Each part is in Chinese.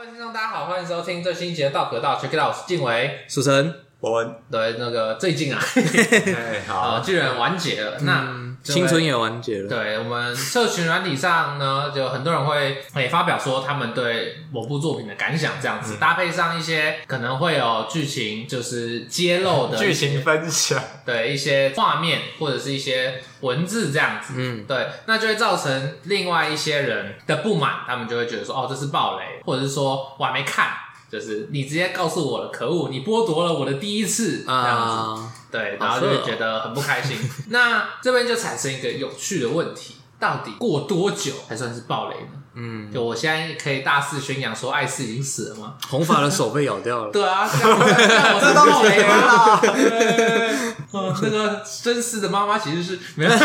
位听众大家好，欢迎收听最新一集的道可道 Check It Out， 我是晋维、 蜀晨、 博文。 对，那个最近啊， 好， 巨人完结了，那青春也完结了。 对，我们社群软体上呢，就很多人会发表说他们对某部作品的感想，这样子、搭配上一些可能会有剧情就是揭露的剧情分享， 对一些画面或者是一些文字这样子，对，那就会造成另外一些人的不满，他们就会觉得说，哦，这是暴雷，或者是说我还没看。就是你直接告诉我了，可恶！你剥夺了我的第一次，这样子，对，然后就会觉得很不开心。那这边就产生一个有趣的问题：到底过多久才算是暴雷呢？就我现在可以大肆宣扬说艾斯已经死了吗？ 红发的手被咬掉了。 对啊，这样我是暴雷了。那个真实的妈妈其实是没有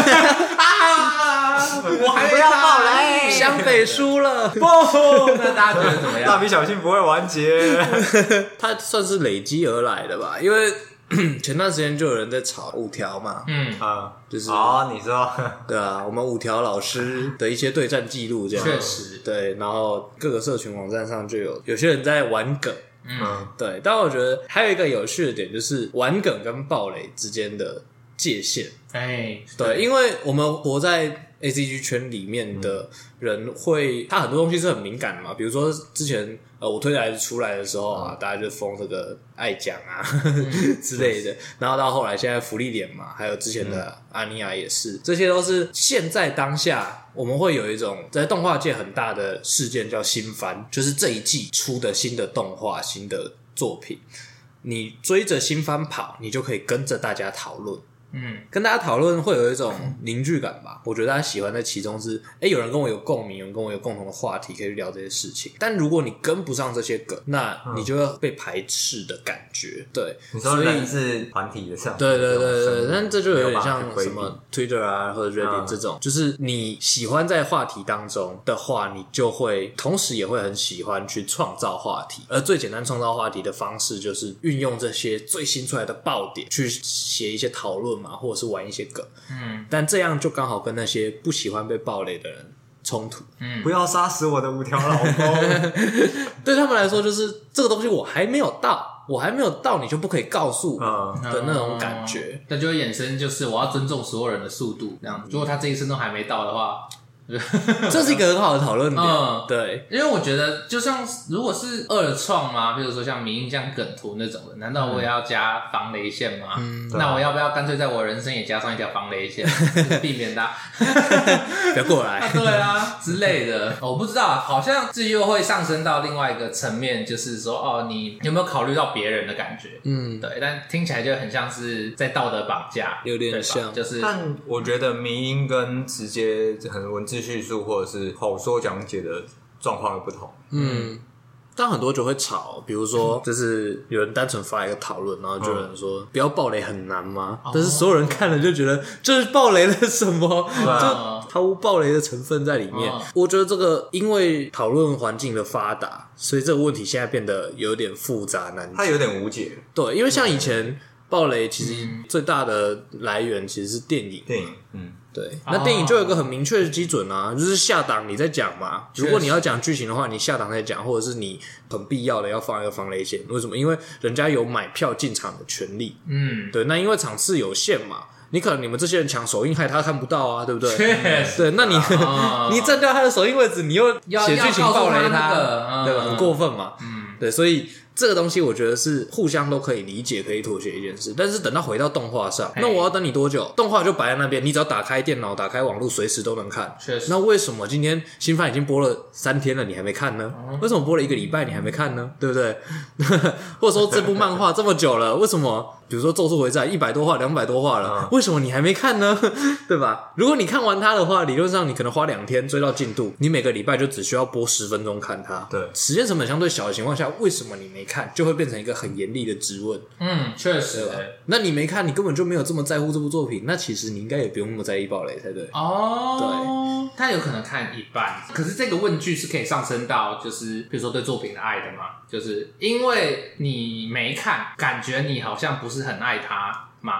我还不要暴雷， 湘北输了。 不，那大家觉得怎么样？ 蜡笔小新不会完结， 它算是累积而来的吧，因为前段时间就有人在炒五条嘛，就是你说对啊，我们五条老师的一些对战记录这样， 确实对，然后各个社群网站上就有些人在玩梗。对，但我觉得还有一个有趣的点就是玩梗跟暴雷之间的界限。对，因为我们活在 ACG 圈里面的人会，他很多东西是很敏感的嘛，比如说之前我推来出来的时候啊，大家就封这个爱讲啊之类的，然后到后来现在福利脸嘛，还有之前的阿尼亚也是，这些都是现在当下我们会有一种在动画界很大的事件叫新番，就是这一季出的新的动画、新的作品，你追着新番跑，你就可以跟着大家讨论。跟大家讨论会有一种凝聚感吧。我觉得大家喜欢在其中是，有人跟我有共鸣，有人跟我有共同的话题，可以去聊这些事情。但如果你跟不上这些梗，那你就会被排斥的感觉。对， 你说人是团体的上， 对，但这就有点像什么 Twitter 啊或者 Reddit 这种，就是你喜欢在话题当中的话，你就会同时也会很喜欢去创造话题。而最简单创造话题的方式，就是运用这些最新出来的爆点去写一些讨论。或者是玩一些梗，但这样就刚好跟那些不喜欢被暴雷的人冲突。 不要杀死我的五条老公。 对他们来说，就是这个东西我还没有到，你就不可以告诉我的那种感觉。 那就会衍生就是我要尊重所有人的速度，这样。如果他这一生都还没到的话。 这是一个很好的讨论点，对， 因为我觉得就像如果是二创嘛，比如说像迷因像梗图那种的，难道我也要加防雷线吗？那我要不要干脆在我人生也加上一条防雷线，就是避免他不要过来， 对啊之类的。我不知道，好像这又会上升到另外一个层面，就是说你有没有考虑到别人的感觉？对，但听起来就很像是在道德绑架， 有点像， 就是。 但我觉得迷因跟直接很文字叙述或者是口说讲解的状况又不同。 但很多就会吵，比如说就是有人单纯发一个讨论，然后就有人说不要暴雷很难吗？但是所有人看了就觉得这是暴雷了什么，就毫无暴雷的成分在里面。我觉得这个因为讨论环境的发达，所以这个问题现在变得有点复杂难解， 它有点无解。 对，因为像以前暴雷其实最大的来源其实是电影，对，那电影就有一个很明确的基准啊，就是下档你在讲嘛。如果你要讲剧情的话，你下档在讲，或者是你很必要的要放一个防雷线。为什么？因为人家有买票进场的权利。对，那因为场次有限嘛，你可能你们这些人抢首映害他看不到啊，对不对？对，那你你占掉他的首映位置，你又写剧情暴雷他，对吧？很过分嘛。对，所以。这个东西我觉得是互相都可以理解、可以妥协一件事，但是等到回到动画上，那我要等你多久？动画就摆在那边，你只要打开电脑、打开网络，随时都能看。 确实。 那为什么今天新番已经播了3天了，你还没看呢？为什么播了1个礼拜你还没看呢？对不对？或者说这部漫画这么久了，为什么？比如说《咒术回战》100多话、200多话了，为什么你还没看呢？对吧？如果你看完它的话，理论上你可能花2天追到进度，你每个礼拜就只需要播10分钟看它。 对， 时间成本相对小的情况下，为什么你没看？就会变成一个很严厉的质问。 确实。 那你没看，你根本就没有这么在乎这部作品，那其实你应该也不用那么在意暴雷才对。 对，他有可能看一半，可是这个问句是可以上升到就是比如说对作品的爱的嘛，就是因为你没看，感觉你好像不是很爱他嘛。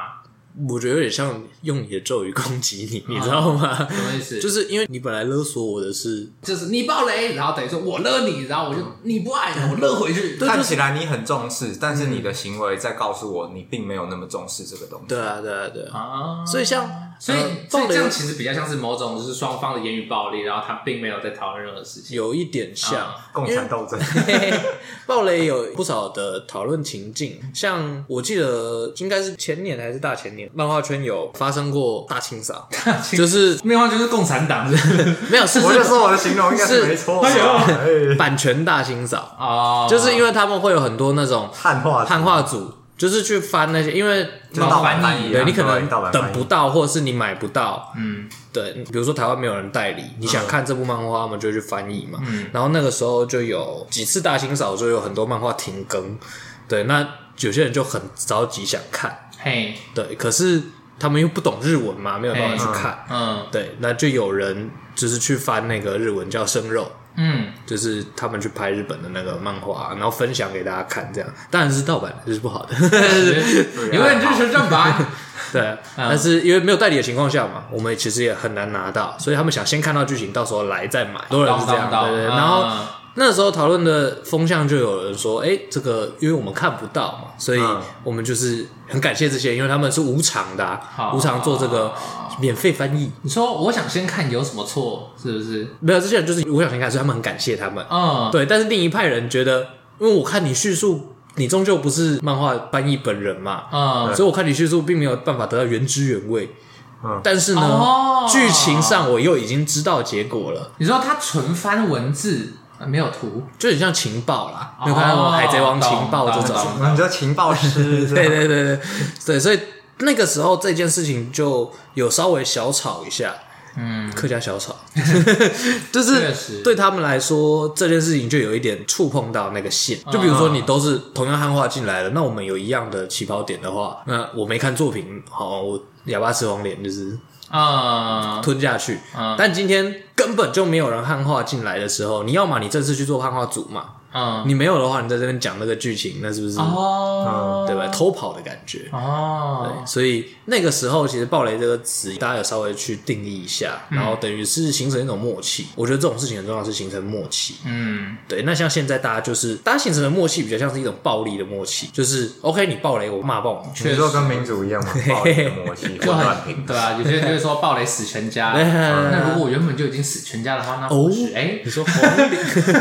我觉得有点像用你的咒语攻击你，你知道吗？ 什么意思？ 就是因为你本来勒索我的是， 就是你爆雷，然后等于说我勒你，然后我就你不爱我勒回去。 看起来你很重视，但是你的行为在告诉我你并没有那么重视这个东西。 对啊，所以所以这样其实比较像是某种就是双方的言语暴力，然后他并没有在讨论任何事情， 有一点像共产斗争。 暴雷有不少的讨论情境，像我记得应该是前年还是大前年，漫画圈有发生过大清扫，就是漫画圈是共产党， 没有， 我就说我的形容应该是没错， 版权大清扫哦，就是因为他们会有很多那种汉化组。就是去翻那些，因为盗版翻译， 对你可能等不到，或者是你买不到，对，比如说台湾没有人代理，你想看这部漫画，他们就会去翻译嘛，然后那个时候就有几次大清扫，就有很多漫画停更，对，那有些人就很着急想看， 嘿， 对，可是他们又不懂日文嘛，没有办法去看，对，那就有人就是去翻那个日文叫生肉。就是他们去拍日本的那个漫画，然后分享给大家看，这样当然是盗版的，这是不好的。 永远支持正版。 对，但是因为没有代理的情况下嘛，我们其实也很难拿到，所以他们想先看到剧情，到时候来再买。很多人是这样，对。然后那时候讨论的风向就有人说，这个因为我们看不到嘛，所以我们就是很感谢这些，因为他们是无偿的，无偿做这个免费翻译。 你说我想先看有什么错，是不是？ 没有，这些人就是我想先看，所以他们很感谢他们。对。但是另一派人觉得，因为我看你叙述，你终究不是漫画翻译本人嘛，所以我看你叙述并没有办法得到原汁原味。但是呢，剧情上我又已经知道结果了。 你说他纯翻文字？没有图， 就很像情报啦。有看到海贼王情报这种， 你知道情报师？ 对，所以那个时候这件事情就有稍微小吵一下，客家小吵，就是对他们来说这件事情就有一点触碰到那个线。就比如说你都是同样汉化进来的，那我们有一样的起跑点的话，那我没看作品，好，我哑巴吃黄连就是吞下去。但今天根本就没有人汉化进来的时候，你要嘛你正式去做汉化组嘛，你没有的话，你在这边讲那个剧情，那是不是对吧？偷跑的感觉对，所以那个时候其实暴雷这个词大家有稍微去定义一下，然后等于是形成一种默契。我觉得这种事情很重要，是形成默契。对。那像现在大家形成的默契比较像是一种暴力的默契，就是 OK 你暴雷我骂爆你， 你说跟民主一样吗？暴力的默契就很对啊，有些人就会说暴雷死全家。那如果我原本就已经死全家的话，那或许你说黄脸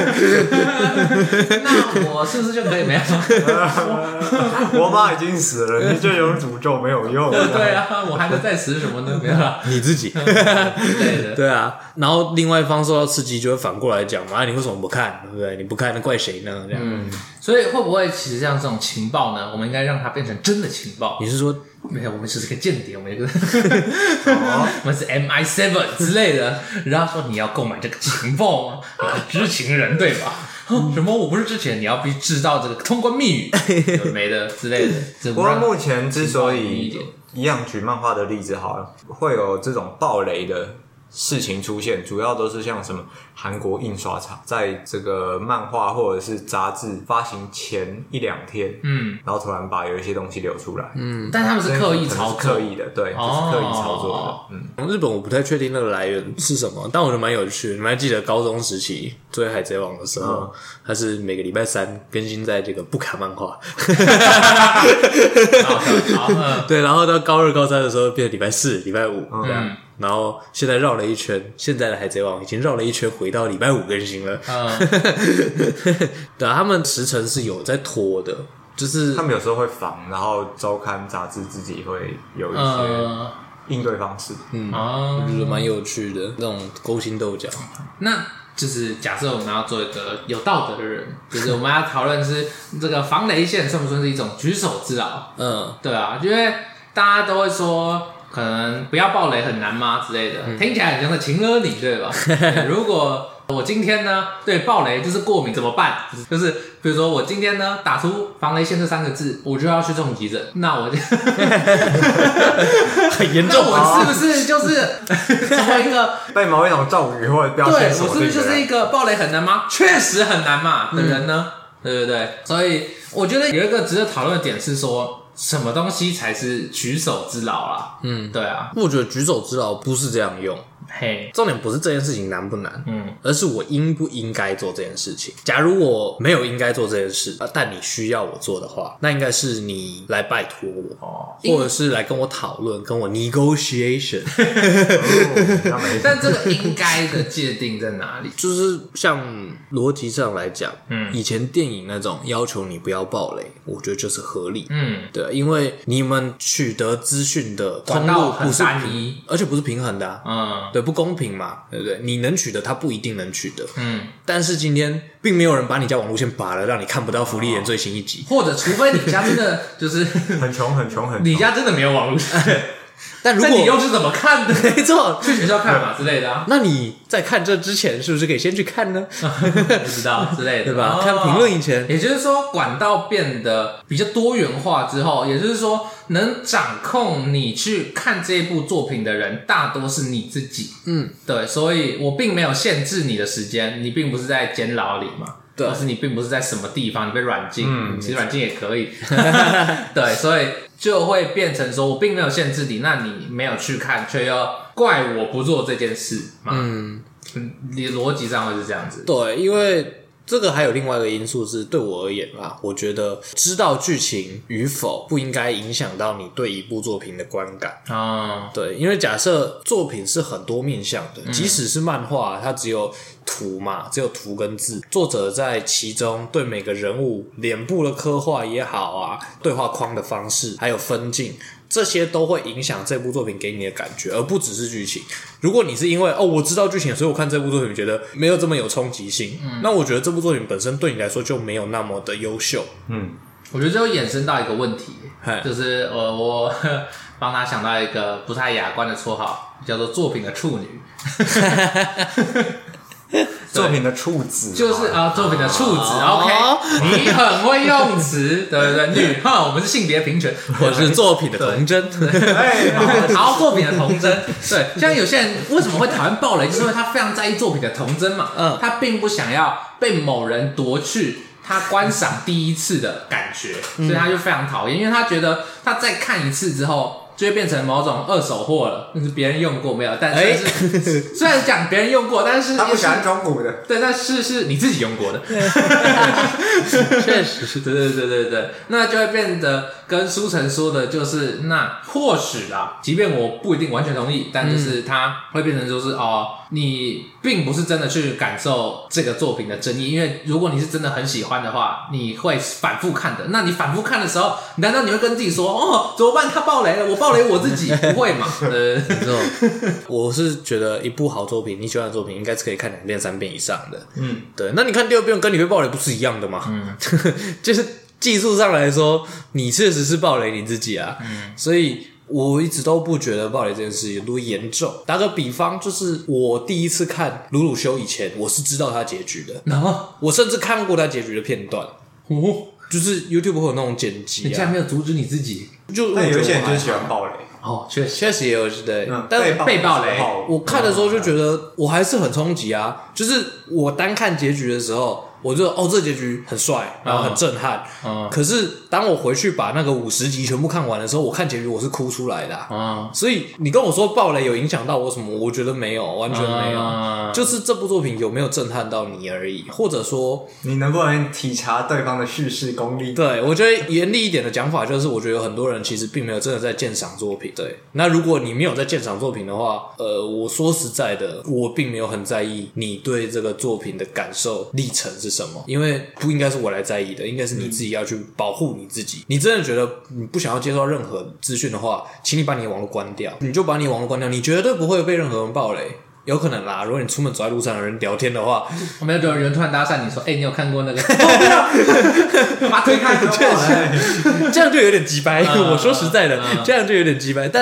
那我是不是就可以没有？ 我妈已经死了，你就有诅咒没有用。 对啊，我还能再死什么呢？没有啦， 你自己。对啊，然后另外一方受到刺激，就会反过来讲嘛，你为什么不看？对不对？你不看，那怪谁呢？这样。 所以会不会其实像这种情报呢？我们应该让它变成真的情报？ 你是说？ 没有，我们只是个间谍，我们我们是 MI7 之类的。然后说你要购买这个情报吗？你是知情人对吧？什么？我不是知情人，你要必须知道这个通关密语，有没的之类的。 不过目前之所以一样举漫画的例子好了，会有这种暴雷的事情出现，主要都是像什么韩国印刷厂在这个漫画或者是杂志发行前1-2天，然后突然把有一些东西流出来， 但他们是刻意操作， 刻意的，对，就是刻意操作的。日本我不太确定那个来源是什么，但我觉得蛮有趣的。你们还记得高中时期追海贼王的时候，它是每个礼拜3更新在这个不卡漫画，对，然后到高2、高3的时候变成礼拜4、礼拜5这样。然后现在绕了一圈，现在的海贼王已经绕了一圈回到礼拜5更新了。对啊，他们时程是有在拖的，就是他们有时候会防，然后周刊杂志自己会有一些应对方式。 我觉得蛮有趣的，那种勾心斗角。 那就是假设我们要做一个有道德的人，就是我们要讨论是这个防雷线算不算是一种举手之劳？对啊，因为大家都会说。可能不要暴雷很难吗之类的，听起来很像在情勒你，对吧？如果我今天呢对暴雷就是过敏怎么办？就是比如说我今天呢打出防雷线这3个字，我就要去重急诊，那我就很严重。 那我是不是就是成为一个被某一种咒语或者标签锁定？对， 我是不是就是一个暴雷很难吗？确实很难嘛的人呢？对不对？所以我觉得有一个值得讨论的点是说。 什么东西才是举手之劳啦。对啊， 我觉得举手之劳不是这样用。 嘿， 重点不是这件事情难不难，而是我应不应该做这件事情。假如我没有应该做这件事，但你需要我做的话，那应该是你来拜托我，或者是来跟我讨论，跟我 negotiation。 但这个应该的界定在哪里？ 就是像逻辑上来讲，以前电影那种要求你不要爆雷，我觉得就是合理。对，因为你们取得资讯的通路不是单一， 而且不是平衡的啊。对，不公平嘛，对不对？你能取得，他不一定能取得。但是今天并没有人把你家网路线拔了，让你看不到福利连最新一集， 或者除非你家真的就是很穷， 你家真的没有网路线。 但如果你又是怎么看的？ 没错， 去学校看嘛之类的啊。 那你在看这之前，是不是可以先去看呢？ 不知道之类的， 对吧？看评论以前， 也就是说，管道变得比较多元化之后，也就是说，能掌控你去看这一部作品的人，大多是你自己。对，所以我并没有限制你的时间，你并不是在监牢里嘛。或是你并不是在什么地方，你被软禁，其实软禁也可以。对，所以就会变成说我并没有限制你，那你没有去看，却要怪我不做这件事嘛？你逻辑上会是这样子。 对，因为这个还有另外一个因素是，对我而言啦，我觉得知道剧情与否不应该影响到你对一部作品的观感。对，因为假设作品是很多面向的，即使是漫画，它只有图嘛，只有图跟字，作者在其中对每个人物脸部的刻画也好啊，对话框的方式，还有分镜，这些都会影响这部作品给你的感觉，而不只是剧情。如果你是因为我知道剧情，所以我看这部作品觉得没有这么有冲击性，那我觉得这部作品本身对你来说就没有那么的优秀。 我觉得这会衍生到一个问题，就是我帮他想到一个不太雅观的绰号，叫做作品的处女。 作品的处子就是作品的处子 ，OK， 你很会用词，对不对？女我们是性别平权， 我是作品的童真， 好，作品的童真，对，像有些人为什么会讨厌暴雷，就是因为他非常在意作品的童真嘛，他并不想要被某人夺去他观赏第一次的感觉，所以他就非常讨厌，因为他觉得他再看一次之后。就会变成某种二手货了，就是别人用过没有，但是虽然讲别人用过，但是他不喜欢中古的， 对，但是你自己用过的， 确实是， 对，那就会变得跟书城说的就是，那或许啦，即便我不一定完全同意，但就是它会变成就是你并不是真的去感受这个作品的真意，因为如果你是真的很喜欢的话，你会反复看的。那你反复看的时候，难道你会跟自己说，怎么办？他爆雷了，我爆雷我自己，不会嘛？没错，我是觉得一部好作品，你喜欢的作品，应该是可以看2遍3遍以上的。对，那你看第2遍跟你被爆雷不是一样的吗？就是技术上来说，你确实是爆雷你自己啊。所以。我一直都不觉得暴雷这件事有多严重。打个比方，就是我第一次看鲁鲁修以前，我是知道他结局的，然后我甚至看过他结局的片段。就是 YouTube 会有那种剪辑你竟然没有阻止你自己？ 但有些人就是喜欢暴雷。 确实也有对， 但被暴雷， 我看的时候就觉得我还是很冲击啊。就是我单看结局的时候。我就这结局很帅，然后很震撼。可是当我回去把那个50集全部看完的时候，我看结局我是哭出来的。所以你跟我说暴雷有影响到我什么？我觉得没有，完全没有。就是这部作品有没有震撼到你而已，或者说你能不能体察对方的叙事功力？ 对，我觉得严厉一点的讲法就是，我觉得有很多人其实并没有真的在鉴赏作品。对，那如果你没有在鉴赏作品的话，我说实在的，我并没有很在意你对这个作品的感受历程是什么，因为不应该是我来在意的，应该是你自己要去保护你自己。你真的觉得你不想要接受任何资讯的话，请你把你的网络关掉，你就把你的网络关掉，你绝对不会被任何人爆雷。有可能啦，如果你出门走在路上有人聊天的话， 没有人突然搭讪你说，你有看过那个？把他推开， 这样就有点鸡掰。我说实在的，这样就有点鸡掰。但是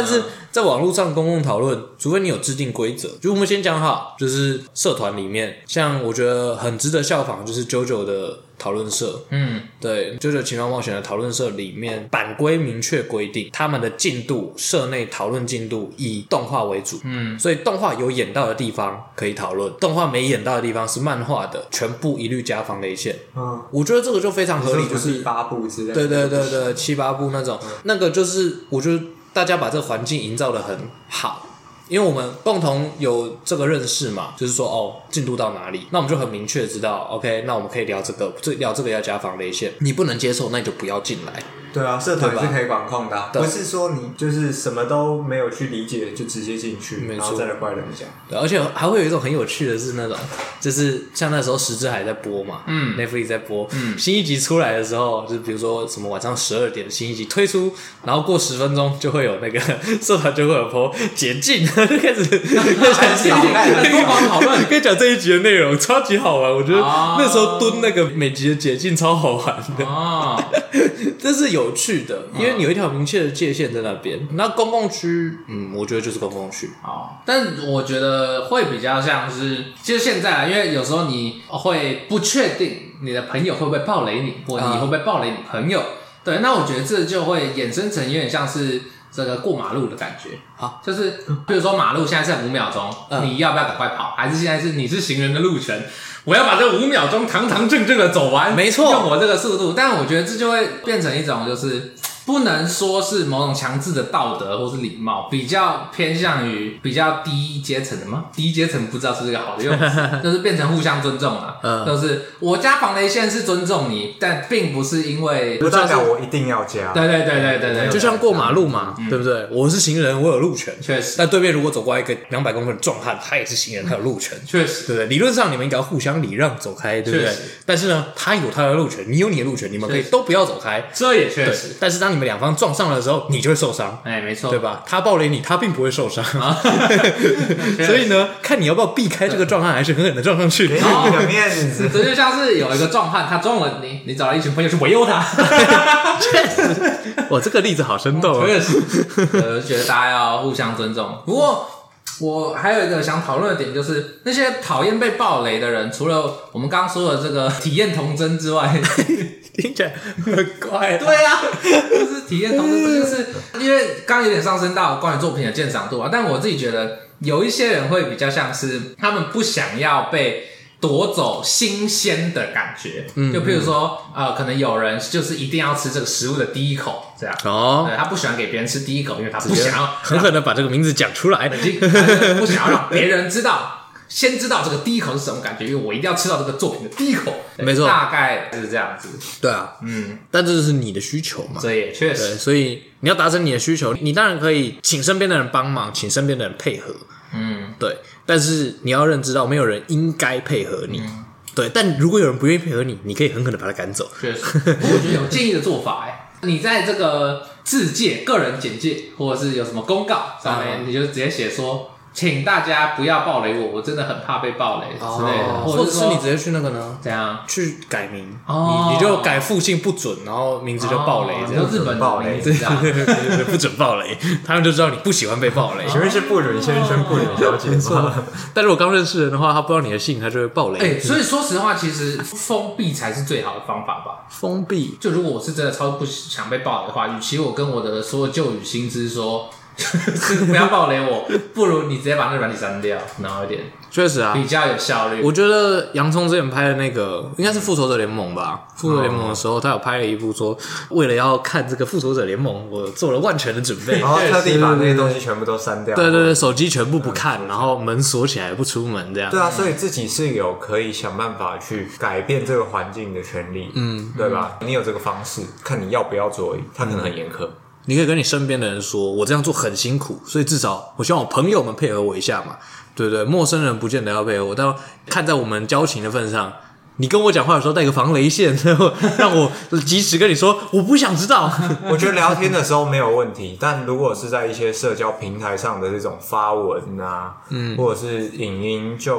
在网络上公共讨论，除非你有制定规则，就我们先讲好，就是社团里面，像我觉得很值得效仿，就是JoJo的讨论社，对，JoJo奇妙冒险的讨论社里面版规明确规定，他们的进度，社内讨论进度以动画为主，所以动画有演到的地方可以讨论，动画没演到的地方是漫画的，全部一律加防雷线。我觉得这个就非常合理，就是 8部之类的， 对，7、8部那种，那个就是我觉得大家把这个环境营造得很好。因为我们共同有这个认识嘛，就是说进度到哪里，那我们就很明确知道 OK， 那我们可以聊这个，聊这个要加防雷线，你不能接受那你就不要进来。 对啊，社团是可以管控的，不是说你就是什么都没有去理解就直接进去，然后再来怪人家。 对，而且还会有一种很有趣的是那种，就是像那时候石之海在播嘛，Netflix 在播，新一集出来的时候，就是比如说什么晚上12点新一集推出，然后过10分钟就会有那个社团就会有 po 解禁，就开始疯狂讨论，跟你讲这一集的内容超级好玩，我觉得那时候蹲那个每集的解禁超好玩的，这是有趣的，因为你有一条明确的界限在那边。那公共区，我觉得就是公共区。 但我觉得会比较像是，其实现在因为有时候你会不确定你的朋友会不会暴雷你，或你会不会暴雷你朋友。对，那我觉得这就会衍生成有点像是这个过马路的感觉。好，就是比如说马路现在剩5秒钟，你要不要赶快跑？还是现在是你是行人的路权？我要把这5秒钟堂堂正正的走完， 没错， 用我这个速度。但我觉得这就会变成一种，就是不能说是某种强制的道德或是礼貌，比较偏向于比较低阶层的吗？低阶层不知道是不是个好的用词，就是变成互相尊重了。就是我加防雷线是尊重你，但并不是因为不代表我一定要加。 对， 就像过马路嘛，对不对？我是行人，我有路权， 确实。 但对面如果走过来一个200公分的壮汉，他也是行人，他有路权， 确实， 对不对？理论上你们应该要互相礼让，走开，对不对？但是呢，他有他的路权，你有你的路权，你们可以都不要走开， 这也确实。 但是当你们两方撞上的时候，你就会受伤， 没错， 对吧？他暴雷你，他并不会受伤，所以呢，看你要不要避开这个壮汉，还是狠狠的撞上去， 给你一个面子。 这就像是有一个壮汉，他撞了你，你找了一群朋友去围殴他。 确实，我这个例子好生动， 确实，我觉得大家要互相尊重。不过，我还有一个想讨论的点，就是那些讨厌被暴雷的人，除了我们刚刚说的这个体验童真之外， 听起来很怪。 对啊，就是体验童真，就是因为刚刚有点上升到关于作品的鉴赏度啊。但我自己觉得，有一些人会比较像是他们不想要被夺走新鲜的感觉，就譬如说，可能有人就是一定要吃这个食物的第一口，这样对，他不喜欢给别人吃第一口，因为他不想要狠狠的把这个名字讲出来， 不想要让别人知道，先知道这个第一口是什么感觉，因为我一定要吃到这个作品的第一口， 没错， 大概是这样子。 对啊，但这就是你的需求嘛， 这也确实， 所以你要达成你的需求，你当然可以请身边的人帮忙，请身边的人配合。对，但是你要认知到，没有人应该配合你。对，但如果有人不愿意配合你，你可以狠狠的把他赶走。 确实，我觉得有建议的做法，你在这个自介、个人简介，或者是有什么公告上面，你就直接写说，请大家不要暴雷我，我真的很怕被暴雷之类的， 或者是你直接去那个呢？ 怎样？ 去改名，你就改复姓不准，然后名字就暴雷，这样日本暴雷， 对，不准暴雷，他们就知道你不喜欢被暴雷。 请问是不准先生、不准小姐吗？ 但如果刚认识人的话，他不知道你的姓，他就会暴雷。 所以说实话，其实封闭才是最好的方法吧。 封闭， 就如果我是真的超不想被暴雷的话，与其我跟我的所有旧语新知说。不要暴雷我，不如你直接把那个软体删掉，然后一点， 确实啊， 比较有效率。 我觉得洋葱之前拍的那个应该是复仇者联盟吧，复仇者联盟的时候，他有拍了一部说，为了要看这个复仇者联盟，我做了万全的准备， 然后特地把那些东西全部都删掉。 对，手机全部不看，然后门锁起来不出门这样。 对啊，所以自己是有可以想办法去改变这个环境的权利，对吧？你有这个方式，看你要不要做而已，他可能很严苛。 你可以跟你身边的人说，我这样做很辛苦，所以至少我希望我朋友们配合我一下嘛，对不对？陌生人不见得要配合我，但看在我们交情的份上，你跟我讲话的时候带个防雷线，然后让我及时跟你说，我不想知道。 我觉得聊天的时候没有问题，但如果是在一些社交平台上的这种发文啊，或者是影音，就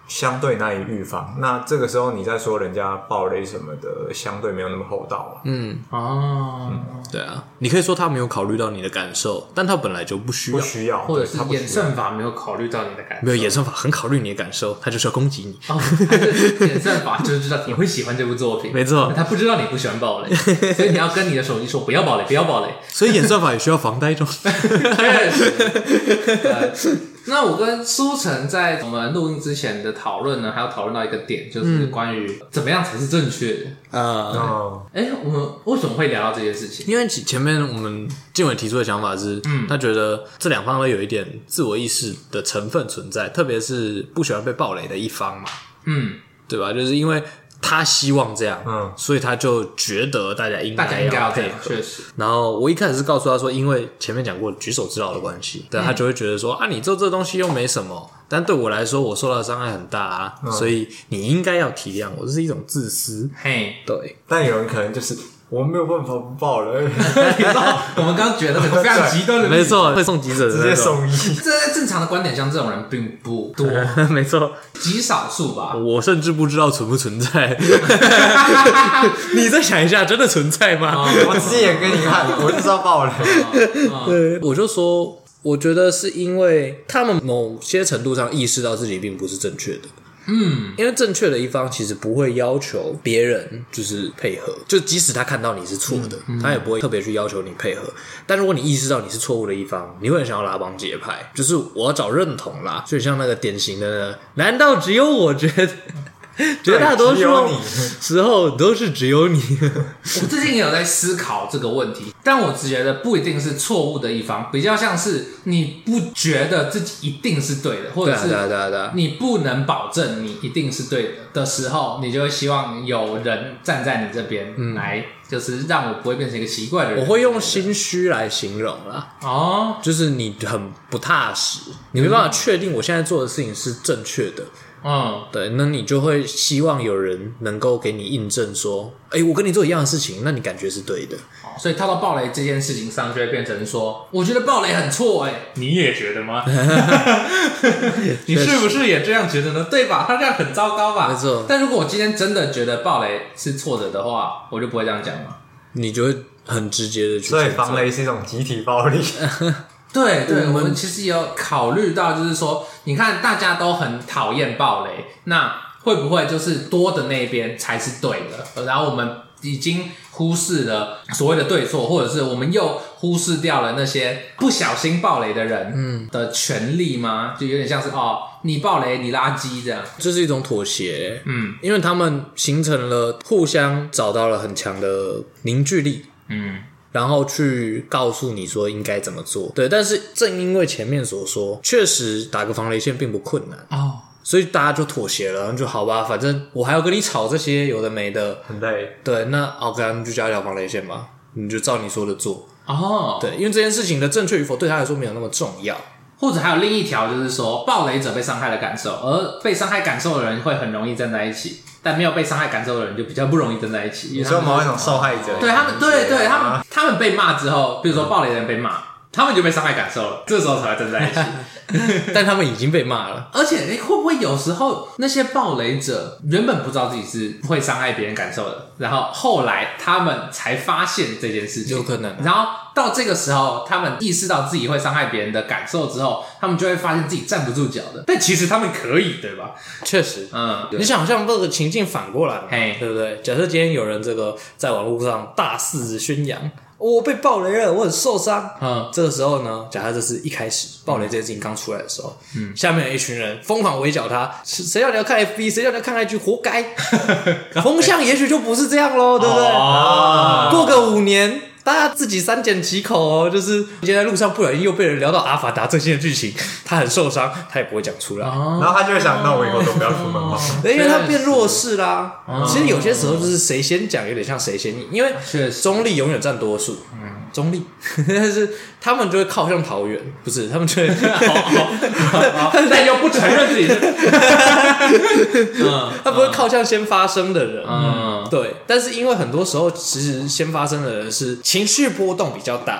相对难以预防。那这个时候你再说人家暴雷什么的，相对没有那么厚道。 对啊，你可以说他没有考虑到你的感受，但他本来就不需要， 或者是演算法没有考虑到你的感受。 没有，演算法很考虑你的感受，他就是要攻击你。 演算法就是知道你会喜欢这部作品， 没错， 他不知道你不喜欢暴雷，所以你要跟你的手机说不要暴雷，不要暴雷。 所以演算法也需要防呆中。 那我跟苏晨在我们录音之前的讨论呢，还有讨论到一个点，就是关于怎么样才是正确的。我们为什么会聊到这件事情？ 因为前面我们建伟提出的想法是，他觉得这两方都有一点自我意识的成分存在，特别是不喜欢被暴雷的一方嘛，对吧？就是因为他希望这样，所以他就觉得大家应该要配合， 确实。 然后我一开始是告诉他说，因为前面讲过举手之劳的关系，对，他就会觉得说你做这东西又没什么，但对我来说我受到的伤害很大啊，所以你应该要体谅我，这是一种自私。对。 但有人可能就是我没有办法不爆了。 你知道我们刚刚觉得非常极端的， 没错，会送急诊， 直接送医。 这在正常的观点，像这种人并不多， 没错， 极少数吧。 我甚至不知道存不存在。你再想一下，真的存在吗？ 我直接演给你看，我就知道爆了。 对，我就说，我觉得是因为他们某些程度上意识到自己并不是正确的。因为正确的一方其实不会要求别人就是配合，就即使他看到你是错的，他也不会特别去要求你配合。但如果你意识到你是错误的一方，你会很想要拉帮结派，就是我要找认同啦。所以像那个典型的，难道只有我觉得？绝大多数时候都是只有你。 我最近也有在思考这个问题，但我只觉得不一定是错误的一方，比较像是你不觉得自己一定是对的，或者是你不能保证你一定是对的时候，你就会希望有人站在你这边来，就是让我不会变成一个奇怪的人。 我会用心虚来形容啦，就是你很不踏实，你没办法确定我现在做的事情是正确的。对，那你就会希望有人能够给你印证说，我跟你做一样的事情，那你感觉是对的。 所以套到暴雷这件事情上，就会变成说，我觉得暴雷很错你也觉得吗？你是不是也这样觉得呢？对吧？他这样很糟糕吧？ 没错。 但如果我今天真的觉得暴雷是错的话，我就不会这样讲嘛。 你就会很直接的去。 所以防雷是一种集体暴力。 对，我们其实也有考虑到，就是说，你看大家都很讨厌暴雷，那会不会就是多的那边才是对的？然后我们已经忽视了所谓的对错，或者是我们又忽视掉了那些不小心暴雷的人的权利吗？就有点像是你暴雷你垃圾这样， 这是一种妥协。因为他们形成了互相找到了很强的凝聚力。然后去告诉你说应该怎么做。对，但是正因为前面所说，确实打个防雷线并不困难所以大家就妥协了，就好吧，反正我还要跟你吵这些有的没的， 很累。 对，那 OK， 你就加一条防雷线吧，你就照你说的做。对，因为这件事情的正确与否对他来说没有那么重要。 或者还有另一条，就是说暴雷者被伤害的感受，而被伤害感受的人会很容易站在一起，但没有被伤害感受的人就比较不容易站在一起。 你说某一种受害者， 对他们，对他们被骂之后，比如说暴雷的人被骂，他们就被伤害感受了，这时候才会站在一起。 但他们已经被骂了。 而且会不会有时候那些暴雷者原本不知道自己是会伤害别人感受的，然后后来他们才发现这件事情， 有可能。 然后到这个时候他们意识到自己会伤害别人的感受之后，他们就会发现自己站不住脚的，但其实他们可以，对吧？ 确实。你想象这个情境反过来嘛，对不对？假设今天有人这个在网络上大肆宣扬我被暴雷了，我很受伤。这个时候呢，假设这是一开始暴雷这件事情刚出来的时候，下面有一群人疯狂围剿他，谁叫你要看 FB， 谁叫你要看 IG， 活该。风向也许就不是这样咯，对不对？过个5年，大家自己三缄其口就是今天在路上不小心又被人聊到阿凡达最新的剧情，他很受伤，他也不会讲出来。然后他就会想，那我以后都不要出门了。 因为他变弱势啦。其实有些时候就是谁先讲，有点像谁先赢，因为中立永远占多数。中立，但是他们就会靠向桃园，不是他们就会， 但又不承认自己是， 他不会靠向先发生的人，对。但是因为很多时候，其实先发生的人是情绪波动比较大的，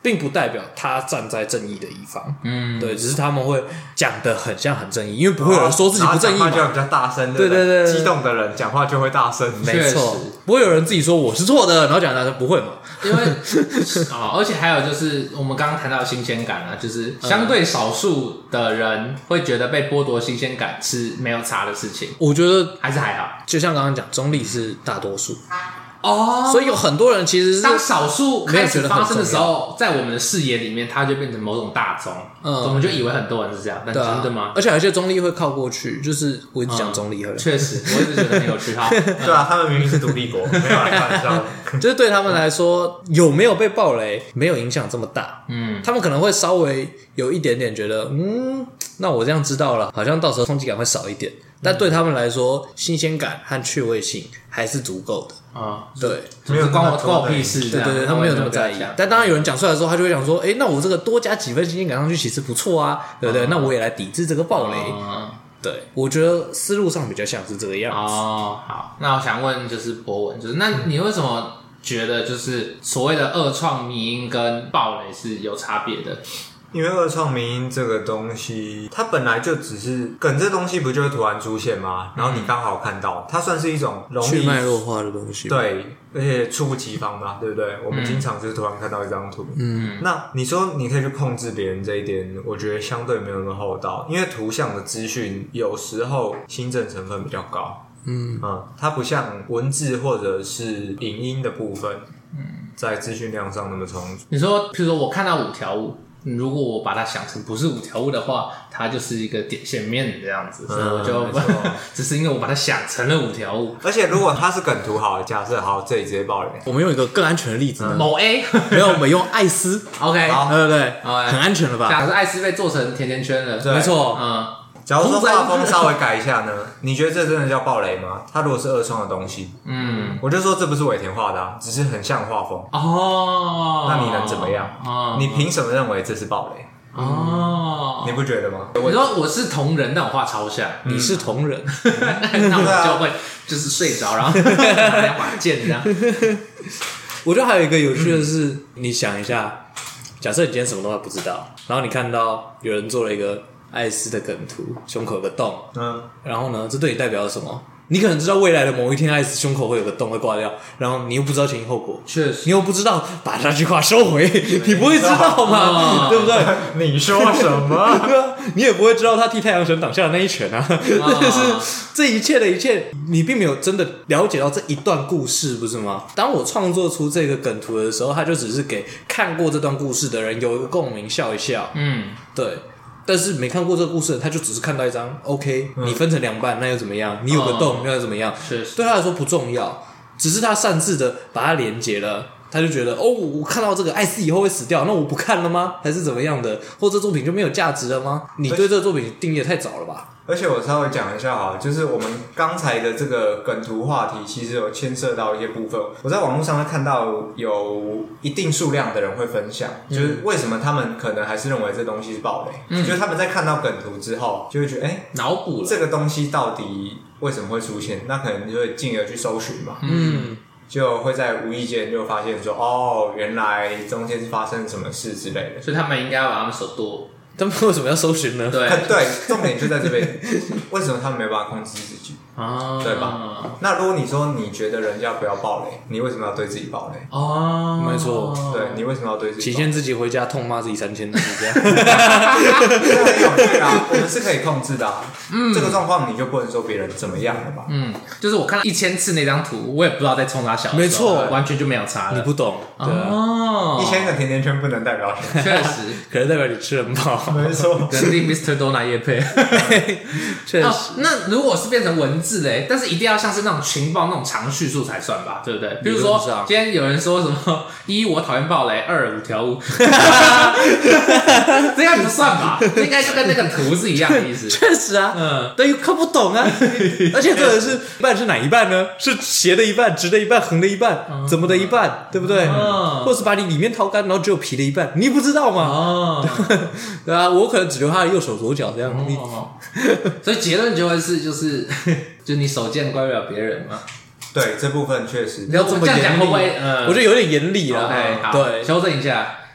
并不代表他站在正义的一方。对，只是他们会讲得很像很正义，因为不会有人说自己不正义嘛。 讲话就比较大声， 对， 激动的人讲话就会大声， 没错，不会有人自己说我是错的，然后讲大声，不会嘛？ 因为而且还有就是我们刚刚谈到的新鲜感啊，就是相对少数的人会觉得被剥夺新鲜感是没有差的事情。 我觉得还好， 就像刚刚讲，中立是大多数。 所以有很多人其实是当少数开始发生的时候，在我们的视野里面，它就变成某种大宗，我们就以为很多人是这样，但真的吗？ 而且有些中立会靠过去，就是我一直讲中立会， 确实，我一直觉得很有趣哈。 对啊，他们明明是独立国，没有来开玩笑， 就是对他们来说，有没有被爆雷没有影响这么大，他们可能会稍微有一点点觉得，那我这样知道了，好像到时候冲击感会少一点，但对他们来说，新鲜感和趣味性还是足够的。对， 没有关我屁事， 对，他们没有这么在意。但当然有人讲出来的时候，他就会讲说，那我这个多加几分新鲜感上去，其实不错啊，对不对？那我也来抵制这个爆雷。对，我觉得思路上比较像是这个样子。 好，那我想问就是博文，就是那你为什么觉得就是所谓的二创迷因跟爆雷是有差别的？ 因为二创迷因这个东西，它本来就只是梗，这东西不就会突然出现吗？然后你刚好看到，它算是一种容易去脉络化的东西。 对，而且猝不及防嘛，对不对？我们经常就是突然看到一张图，那你说你可以去控制别人这一点，我觉得相对没有那么厚道，因为图像的资讯有时候新增成分比较高，它不像文字或者是影音的部分，在资讯量上那么充足。 你说，譬如说我看到5条悟。如果我把它想成不是5条悟的话，它就是一个点线面这样子，所以我就只是因为我把它想成了5条悟。 而且如果它是梗图好，假设好，这里直接爆雷。 我们用一个更安全的例子呢， 某 A 没有，我们用艾斯 ，OK， 对不对？很安全了吧？ 假设艾斯被做成甜甜圈了， 没错， 假如说画风稍微改一下呢，你觉得这真的叫爆雷吗？它如果是二创的东西，我就说这不是尾田画的，只是很像画风。那你能怎么样？你凭什么认为这是爆雷？你不觉得吗？ 你说我是同人，但我画超像， 你是同人， 那我就会就是睡着，然后拿2把剑这样。 我觉得还有一个有趣的是，你想一下，假设你今天什么东西不知道，然后你看到有人做了一个艾斯的梗图，胸口有个洞，然后呢，这对你代表了什么？你可能知道未来的某一天，艾斯胸口会有个洞会挂掉，然后你又不知道前因后果， 确实， 你又不知道把那句话收回，你不会知道吗？对不对？ 你说什么？ 你也不会知道他替太阳神挡下的那一拳啊！就是这一切的一切，你并没有真的了解到这一段故事，不是吗？当我创作出这个梗图的时候，它就只是给看过这段故事的人有一个共鸣，笑一笑。对。但是没看过这个故事的，他就只是看到一张 OK，你分成2半，那又怎么样？你有个洞，那又怎么样？对他来说不重要，只是他擅自的把它连结了。他就觉得我看到这个艾斯以后会死掉，那我不看了吗？还是怎么样的？或者这作品就没有价值了吗？你对这个作品定义的太早了吧？ 而且我稍微讲一下哈，就是我们刚才的这个梗图话题，其实有牵涉到一些部分。我在网络上看到有一定数量的人会分享，就是为什么他们可能还是认为这东西是爆雷，就是他们在看到梗图之后，就会觉得脑补了这个东西到底为什么会出现，那可能就会进而去搜寻嘛。就会在无意间就发现说，原来中间是发生什么事之类的， 所以他们应该要把他们手剁。 他们为什么要搜寻呢？ 对，重点就在这边，为什么他们没办法控制自己？对吧？那如果你说你觉得人家不要爆雷，你为什么要对自己爆雷？ 没错， 对，你为什么要对自己体现自己回家痛骂自己3000次这样？ 这很有趣啊，我们是可以控制的这个状况你就不能说别人怎么样了吧？ 就是我看了1000次那张图，我也不知道在冲他小， 没错， 完全就没有差了。 你不懂 1000个甜甜圈不能代表什么， 确实， 可能代表你吃很饱， 没错， 肯定 Mr. Donut 业配， 确实。 那如果是变成文字嘞，但是一定要像是那种情报那种长叙述才算吧，对不对？比如说今天有人说什么1我讨厌爆雷，2 5条悟，这应该不算吧？应该就跟那个图是一样的意思。 确实啊，但又看不懂啊，而且这个是一半是哪一半呢？是斜的一半、直的一半、横的一半，怎么的一半，对不对？或是把你里面掏干，然后只有皮的一半，你不知道吗？对啊，我可能只留他的右手左脚这样。 所以结论就会是就是你手贱怪不了别人嘛。 对，这部分确实你要这么讲会不会？ 我觉得有点严厉啦。 OK， 好， 对， 修正一下。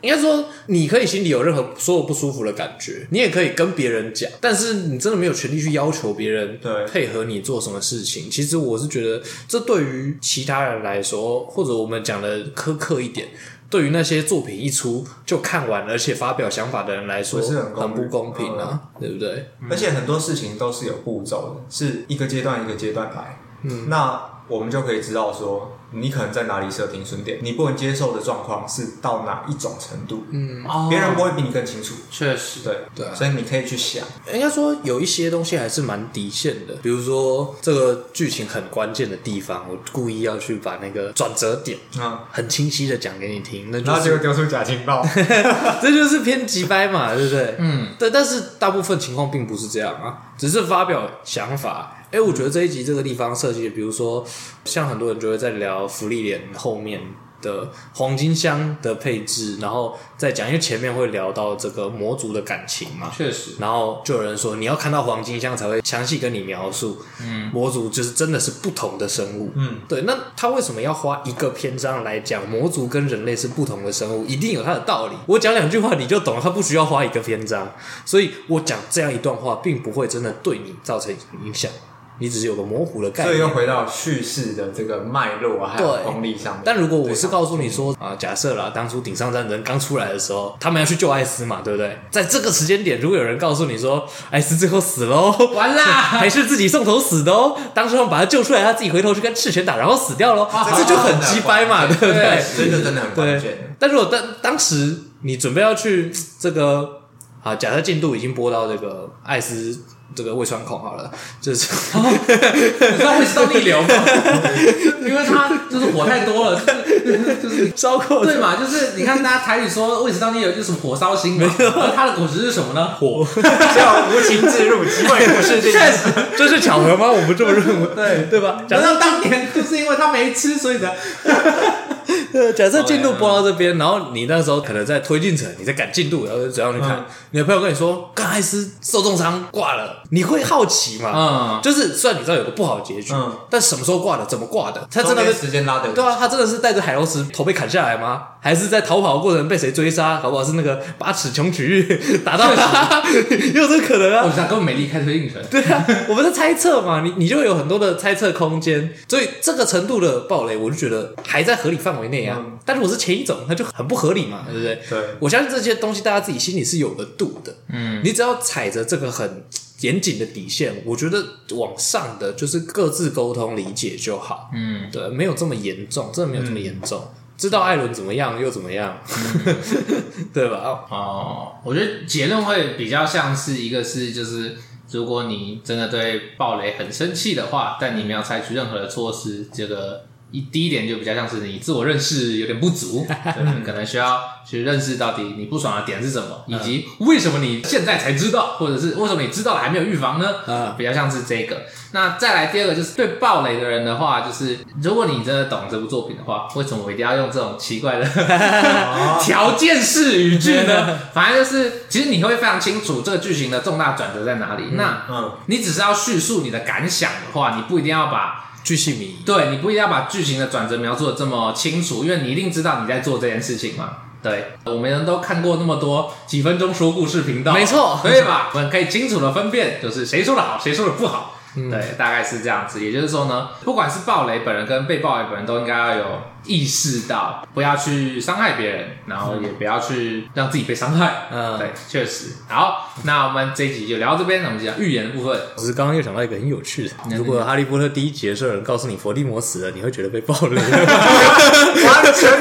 应该说你可以心里有任何所有不舒服的感觉，你也可以跟别人讲，但是你真的没有权利去要求别人配合你做什么事情。其实我是觉得这对于其他人来说，或者我们讲的苛刻一点，对于那些作品一出就看完而且发表想法的人来说，很不公平啊，对不对？ 而且很多事情都是有步骤的，是一个阶段一个阶段来。那我们就可以知道说，你可能在哪里设停损点，你不能接受的状况是到哪一种程度。别人不会比你更清楚。 确实， 对，所以你可以去想。 应该说有一些东西还是蛮底线的，比如说这个剧情很关键的地方，我故意要去把那个转折点很清晰的讲给你听，那就是、 然后结果丢出假情报， 这就是偏急掰嘛，对不对？对，但是大部分情况并不是这样啊，只是发表想法。我觉得这一集这个地方设计，比如说像很多人就会在聊福利连后面的黄金箱的配置，然后再讲，因为前面会聊到这个魔族的感情嘛， 确实， 然后就有人说你要看到黄金箱才会详细跟你描述，魔族就是真的是不同的生物，对，那他为什么要花一个篇章来讲魔族跟人类是不同的生物？一定有他的道理，我讲2句话你就懂了，他不需要花一个篇章，所以我讲这样一段话，并不会真的对你造成影响。你只是有个模糊的概念， 所以又回到叙事的这个脉络还有功力上面。 但如果我是告诉你说假设啦，当初顶上战争刚出来的时候，他们要去救艾斯嘛，对不对？在这个时间点，如果有人告诉你说艾斯最后死喽， 完啦， 还是自己送头死的哦，当初他们把他救出来，他自己回头去跟赤犬打，然后死掉喽，这就很鸡掰嘛，对不对？ 这个真的很关键。 但如果当时你准备要去这个假设进度已经播到这个艾斯这个胃穿孔好了，就是你知道胃食道逆流吗？因为他就是火太多了，就是烧过， 对嘛？就是你看大家台语说胃食道逆流就是什么火烧心嘛，而它的果实是什么呢？火， 叫无情置入，机会不是确实，这是巧合吗？我们这么认为，对吧？ 假设当年就是因为他没吃，所以才。 假设进度播到这边，然后你那时候可能在推进程，你在赶进度，然后怎样去看？你的朋友跟你说，干艾斯受重伤挂了，你会好奇吗？就是虽然你知道有个不好的结局，但什么时候挂的，怎么挂的？他真的时间拉的， 对啊，他真的是带着海螺石头被砍下来吗？还是在逃跑的过程被谁追杀？搞不好是那个八尺琼曲玉打到他，也有这个可能啊！ 我想根本没离开推进程。 对啊，我们在猜测嘛，你就有很多的猜测空间，所以这个程度的暴雷，我就觉得还在合理范围内啊。但如果是前一种，它就很不合理嘛，对不对？ 对， 我相信这些东西大家自己心里是有个度的。你只要踩着这个很严谨的底线，我觉得往上的就是各自沟通理解就好。对，没有这么严重，真的没有这么严重。知道艾伦怎么样又怎么样，对吧？ 我觉得结论会比较像是一个是就是如果你真的对暴雷很生气的话，但你没有采取任何的措施，这个第一点就比较像是你自我认识有点不足，可能需要去认识到底你不爽的点是什么，以及为什么你现在才知道，或者是为什么你知道了还没有预防呢？比较像是这个。那再来第二个就是对暴雷的人的话，就是如果你真的懂这部作品的话，为什么我一定要用这种奇怪的条件式语句呢？反正就是其实你会非常清楚这个剧情的重大转折在哪里。那你只是要叙述你的感想的话，你不一定要把巨细靡遗， 对，你不一定要把剧情的转折描述的这么清楚，因为你一定知道你在做这件事情嘛。对，我们人都看过那么多几分钟说故事频道， 没错， 对吧？我们可以清楚的分辨，就是谁说的好，谁说的不好。对，大概是这样子。也就是说呢，不管是暴雷本人跟被暴雷本人都应该要有意识到，不要去伤害别人，然后也不要去让自己被伤害。对，确实。好，那我们这一集就聊到这边，那我们讲预言的部分。 我是刚刚又想到一个很有趣的，如果哈利波特第一集的时候有人告诉你伏地魔死了，你会觉得被暴雷完全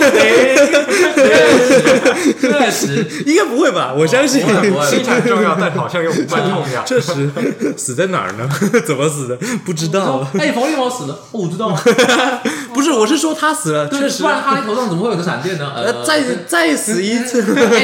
确实应该不会吧？我相信心很重要，但好像又无关痛痒。 确实，死在哪儿呢？怎么死的？不知道。 伏地魔死了，我知道吗？ 不是，我是说他死了，确实。 不然哈利头上怎么会有个闪电呢？ 再死一次。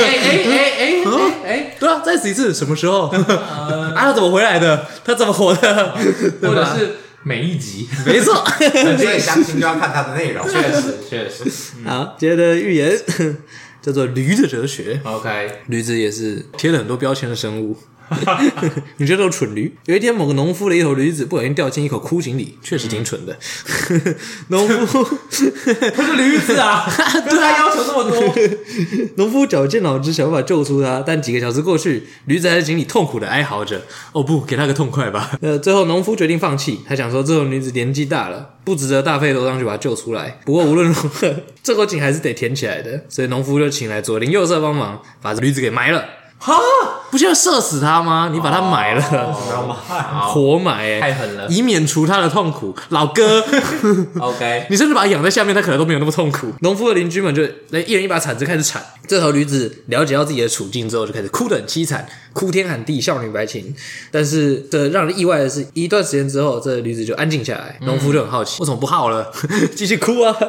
对啊，再死一次，什么时候？他怎么回来的？他怎么活的？ 或者是每一集？ 没错。 所以相信就要看它的内容。 确实。 好，今天的预言叫做驴的哲学。 OK， 驴子也是贴了很多标签的生物。 你这头蠢驴。有一天，某个农夫的一头驴子不小心掉进一口枯井里，确实挺蠢的。农夫他是驴子啊，对他要求这么多。 农夫绞尽脑汁想办法救出他，但几个小时过去，驴子还在井里痛苦的哀嚎着。哦不，给他个痛快吧。最后农夫决定放弃，他想说这头女子年纪大了，不值得大费周章去把她救出来。不过无论如何，这口井还是得填起来的，所以农夫就请来左邻右舍帮忙，把驴子给埋了。哈，不是要射死他吗？你把他埋了，活埋， 太狠了， 以免除他的痛苦。老哥 ，OK， 你甚至把他养在下面，他可能都没有那么痛苦。农夫的邻居们就一人一把铲子开始铲。这头驴子了解到自己的处境之后，就开始哭得很凄惨，哭天喊地，少女白情。但是这让人意外的是，一段时间之后，这驴子就安静下来。农夫就很好奇，为什么不耗了？继续哭啊！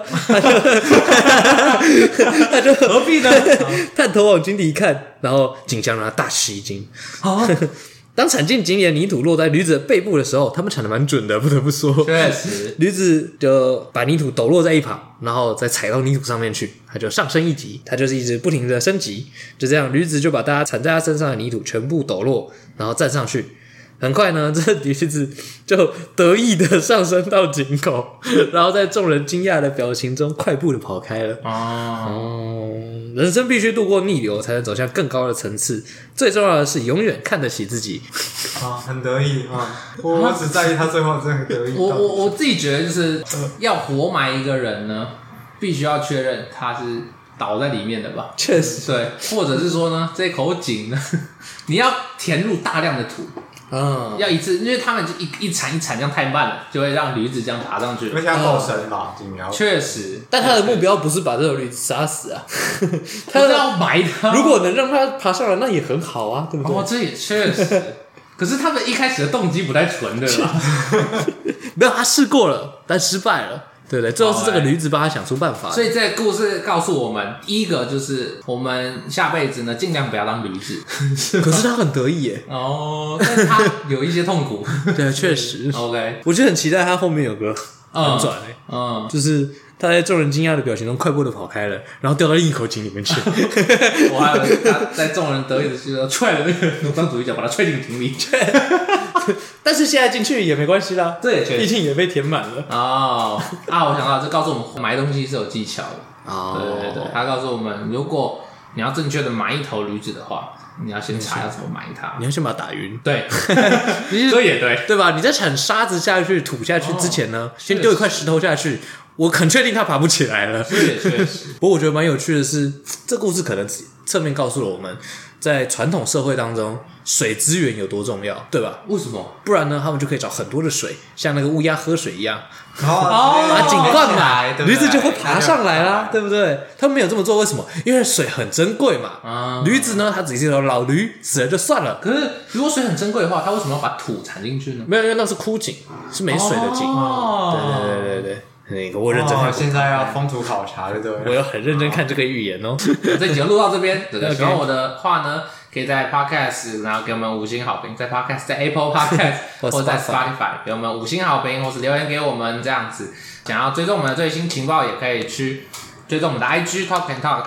他就何必呢？ 探头往井底一看，然后井箱让他大吃一惊。当铲进井里的泥土落在驴子的背部的时候，他们铲得蛮准的，不得不说。 确实， 驴子就把泥土抖落在一旁，然后再踩到泥土上面去，它就上升一级，它就是一直不停的升级。就这样，驴子就把大家铲在它身上的泥土全部抖落，然后站上去。很快呢，这驴子就得意的上升到井口，然后在众人惊讶的表情中快步的跑开了。人生必须度过逆流，才能走向更高的层次。最重要的是，永远看得起自己。 很得意啊！我只在意他最后真的很得意。 我自己觉得，就是要活埋一个人呢，必须要确认他是倒在里面的吧？ 确实， 对，或者是说呢，这口井呢，你要填入大量的土。要一次，因为他们就一铲一铲这样太慢了，就会让驴子这样爬上去。 因为要够深吧， 确实， 但他的目标不是把这头驴子杀死啊， 他是要埋它。 如果能让他爬上来，那也很好啊，对不对？ 这也确实。可是他们一开始的动机不太纯，对吧？ 没有，他试过了，但失败了。对不对？最后是这个驴子帮他想出办法。 所以这个故事告诉我们，第一个就是我们下辈子呢，尽量不要当驴子。 可是他很得意耶。 但是他有一些痛苦。 对，确实。 OK， 我就很期待他后面有个反转就是他在众人惊讶的表情中快步的跑开了，然后掉到另一口井里面去。 我还以为他在众人得意的时候踹了那个农庄主一脚，把他踹进井里去。 但是现在进去也没关系啦， 这也确实， 毕竟也被填满了。 我想到这告诉我们埋东西是有技巧的。对，他告诉我们，如果你要正确的埋一头驴子的话，你要先查要怎么埋它， 你要先把它打晕。 对，所以也对吧？你在铲沙子下去、土下去之前呢，先丢一块石头下去。我很确定他爬不起来了。 确实。 不过我觉得蛮有趣的是，这故事可能侧面告诉了我们，在传统社会当中，水资源有多重要，对吧？ 为什么？ 不然呢，他们就可以找很多的水，像那个乌鸦喝水一样， 把井灌满，驴子就会爬上来啦，对不对？他们没有这么做，为什么？因为水很珍贵嘛。驴子呢，它只是一条老驴，死了就算了。 可是如果水很珍贵的话，它为什么要把土铲进去呢？ 没有，因为那是枯井，是没水的井。对。我认真看， 现在要风土考察，对不对？ 我要很认真看这个预言哦。 这集就录到这边，喜欢我的话呢，可以在 Podcast 然后给我们5星好评，在 Podcast 在 Apple Podcast 或者在 Spotify 给我们5星好评，或是留言给我们这样子。想要追踪我们的最新情报，也可以去追踪我们的 IG Talk and Talk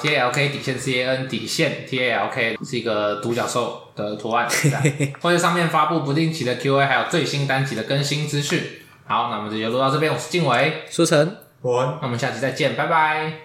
TALK_CAN_TALK 是一个独角兽的图案，或者上面发布不定期的 Q&A， 还有最新单集的更新资讯。好，那我们这就录到这边，我是静伟， 舒晨， 那我们下期再见，拜拜。